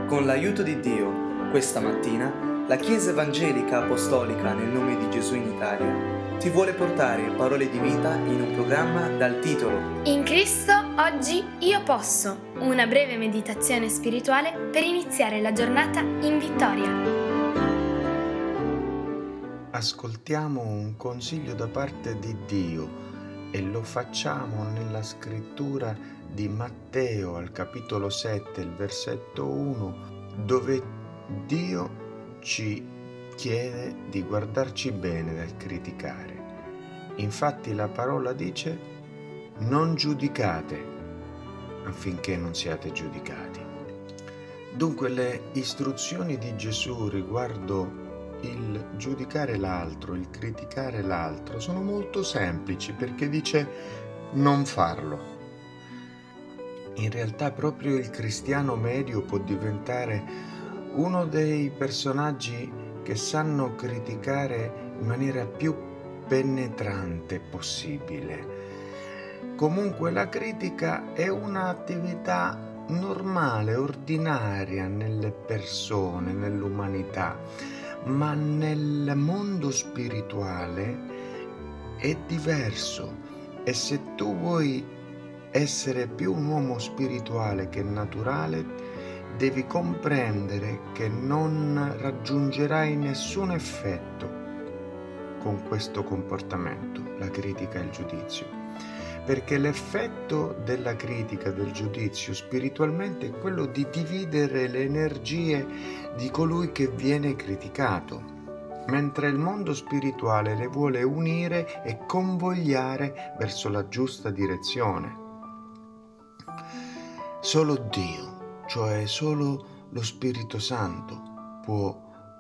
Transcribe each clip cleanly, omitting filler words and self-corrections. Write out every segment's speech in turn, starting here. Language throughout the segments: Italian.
Con l'aiuto di Dio, questa mattina, la Chiesa Evangelica Apostolica nel nome di Gesù in Italia ti vuole portare parole di vita in un programma dal titolo In Cristo oggi io posso, una breve meditazione spirituale per iniziare la giornata in vittoria. Ascoltiamo un consiglio da parte di Dio e lo facciamo nella scrittura di Matteo al capitolo 7, il versetto 1, dove Dio ci chiede di guardarci bene dal criticare. Infatti la parola dice: non giudicate affinché non siate giudicati. Dunque le istruzioni di Gesù riguardo il giudicare l'altro, il criticare l'altro, sono molto semplici, perché dice non farlo. In realtà proprio il cristiano medio può diventare uno dei personaggi che sanno criticare in maniera più penetrante possibile. Comunque la critica è un'attività normale, ordinaria nelle persone, nell'umanità, ma nel mondo spirituale è diverso, e se tu vuoi essere più un uomo spirituale che naturale, devi comprendere che non raggiungerai nessun effetto con questo comportamento, la critica e il giudizio, perché l'effetto della critica, del giudizio spiritualmente è quello di dividere le energie di colui che viene criticato, mentre il mondo spirituale le vuole unire e convogliare verso la giusta direzione. Solo Dio, cioè solo lo Spirito Santo, può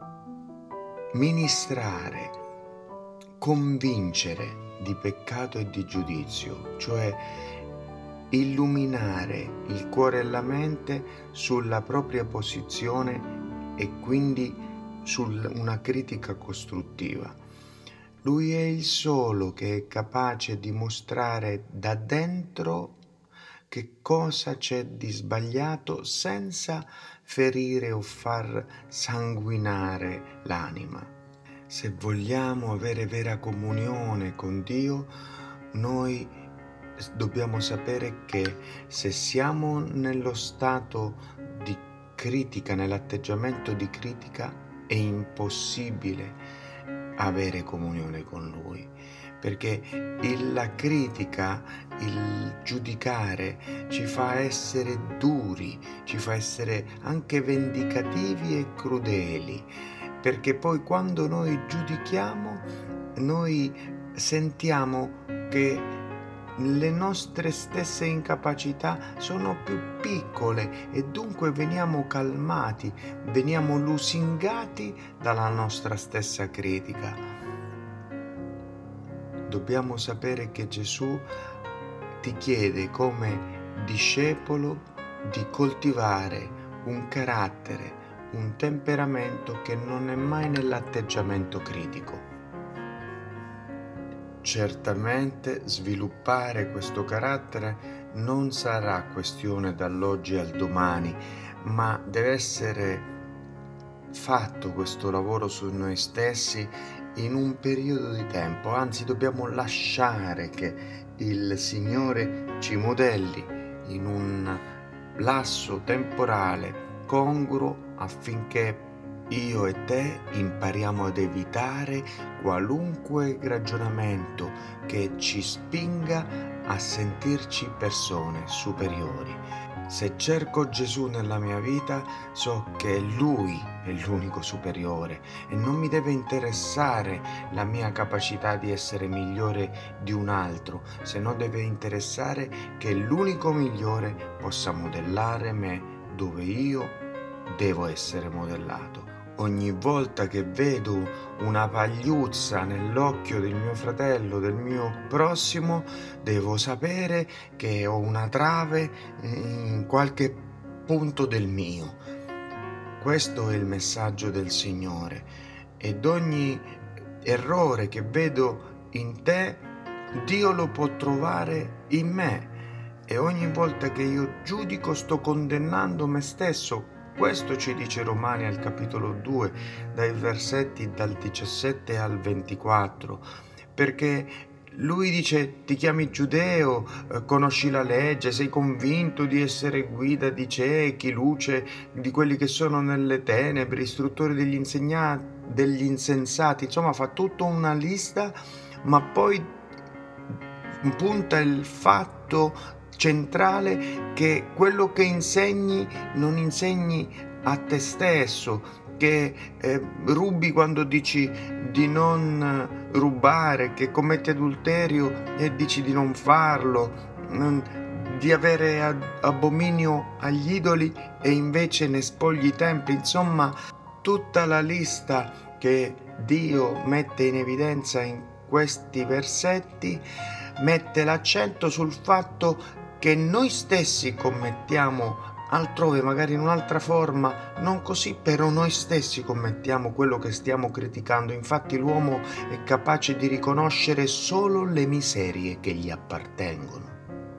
ministrare, convincere di peccato e di giudizio, cioè illuminare il cuore e la mente sulla propria posizione e quindi su una critica costruttiva. Lui è il solo che è capace di mostrare da dentro che cosa c'è di sbagliato senza ferire o far sanguinare l'anima. Se vogliamo avere vera comunione con Dio, noi dobbiamo sapere che se siamo nello stato di critica, nell'atteggiamento di critica, è impossibile avere comunione con Lui, perché la critica, il giudicare ci fa essere duri, ci fa essere anche vendicativi e crudeli, perché poi quando noi giudichiamo, noi sentiamo che le nostre stesse incapacità sono più piccole e dunque veniamo calmati, veniamo lusingati dalla nostra stessa critica. Dobbiamo sapere che Gesù ti chiede come discepolo di coltivare un carattere, un temperamento che non è mai nell'atteggiamento critico. Certamente sviluppare questo carattere non sarà questione dall'oggi al domani, ma deve essere fatto questo lavoro su noi stessi in un periodo di tempo, anzi dobbiamo lasciare che il Signore ci modelli in un lasso temporale congruo affinché io e te impariamo ad evitare qualunque ragionamento che ci spinga a sentirci persone superiori. Se cerco Gesù nella mia vita, so che Lui è l'unico superiore e non mi deve interessare la mia capacità di essere migliore di un altro, se no deve interessare che l'unico migliore possa modellare me dove io devo essere modellato. Ogni volta che vedo una pagliuzza nell'occhio del mio fratello, del mio prossimo, devo sapere che ho una trave in qualche punto del mio. Questo è il messaggio del Signore. Ed ogni errore che vedo in te, Dio lo può trovare in me. E ogni volta che io giudico sto condannando me stesso Questo ci dice Romani al capitolo 2, dai versetti dal 17 al 24, perché lui dice: ti chiami giudeo, conosci la legge, sei convinto di essere guida di ciechi, luce di quelli che sono nelle tenebre, istruttore degli insensati. Insomma, fa tutta una lista, ma poi punta il fatto centrale che quello che insegni non insegni a te stesso, che rubi quando dici di non rubare, che commetti adulterio e dici di non farlo, di avere abominio agli idoli e invece ne spogli i templi. Insomma, tutta la lista che Dio mette in evidenza in questi versetti mette l'accento sul fatto che noi stessi commettiamo altrove, magari in un'altra forma, non così, però noi stessi commettiamo quello che stiamo criticando. Infatti l'uomo è capace di riconoscere solo le miserie che gli appartengono.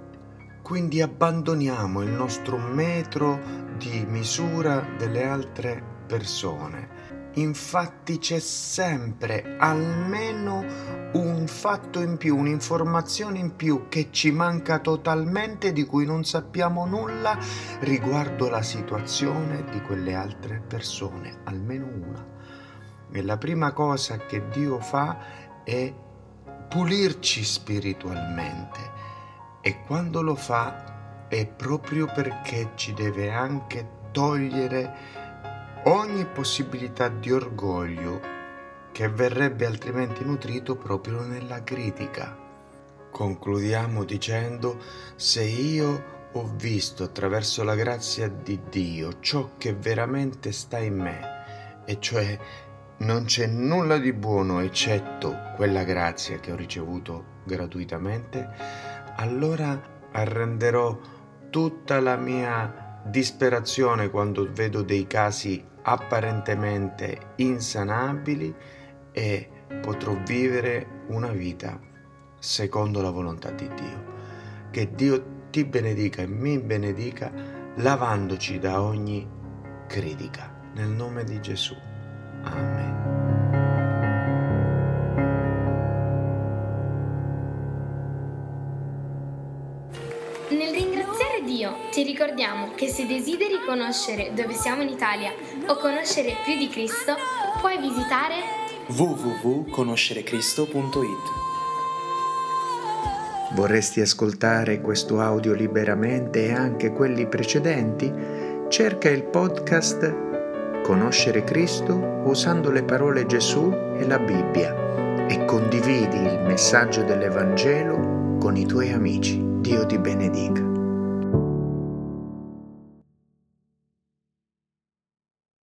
Quindi abbandoniamo il nostro metro di misura delle altre persone. Infatti c'è sempre almeno un fatto in più, un'informazione in più che ci manca totalmente, di cui non sappiamo nulla riguardo la situazione di quelle altre persone, almeno una. E la prima cosa che Dio fa è pulirci spiritualmente, e quando lo fa è proprio perché ci deve anche togliere ogni possibilità di orgoglio che verrebbe altrimenti nutrito proprio nella critica. Concludiamo dicendo: se io ho visto attraverso la grazia di Dio ciò che veramente sta in me, e cioè non c'è nulla di buono eccetto quella grazia che ho ricevuto gratuitamente, allora arrenderò tutta la mia disperazione quando vedo dei casi apparentemente insanabili e potrò vivere una vita secondo la volontà di Dio. Che Dio ti benedica e mi benedica, lavandoci da ogni critica. Nel nome di Gesù. Amen. Nel ringraziare Dio ti ricordiamo che se desideri conoscere dove siamo in Italia o conoscere più di Cristo, puoi visitare www.conoscerecristo.it. Vorresti ascoltare questo audio liberamente e anche quelli precedenti? Cerca il podcast Conoscere Cristo usando le parole Gesù e la Bibbia e condividi il messaggio dell'Evangelo con i tuoi amici. Dio ti benedica.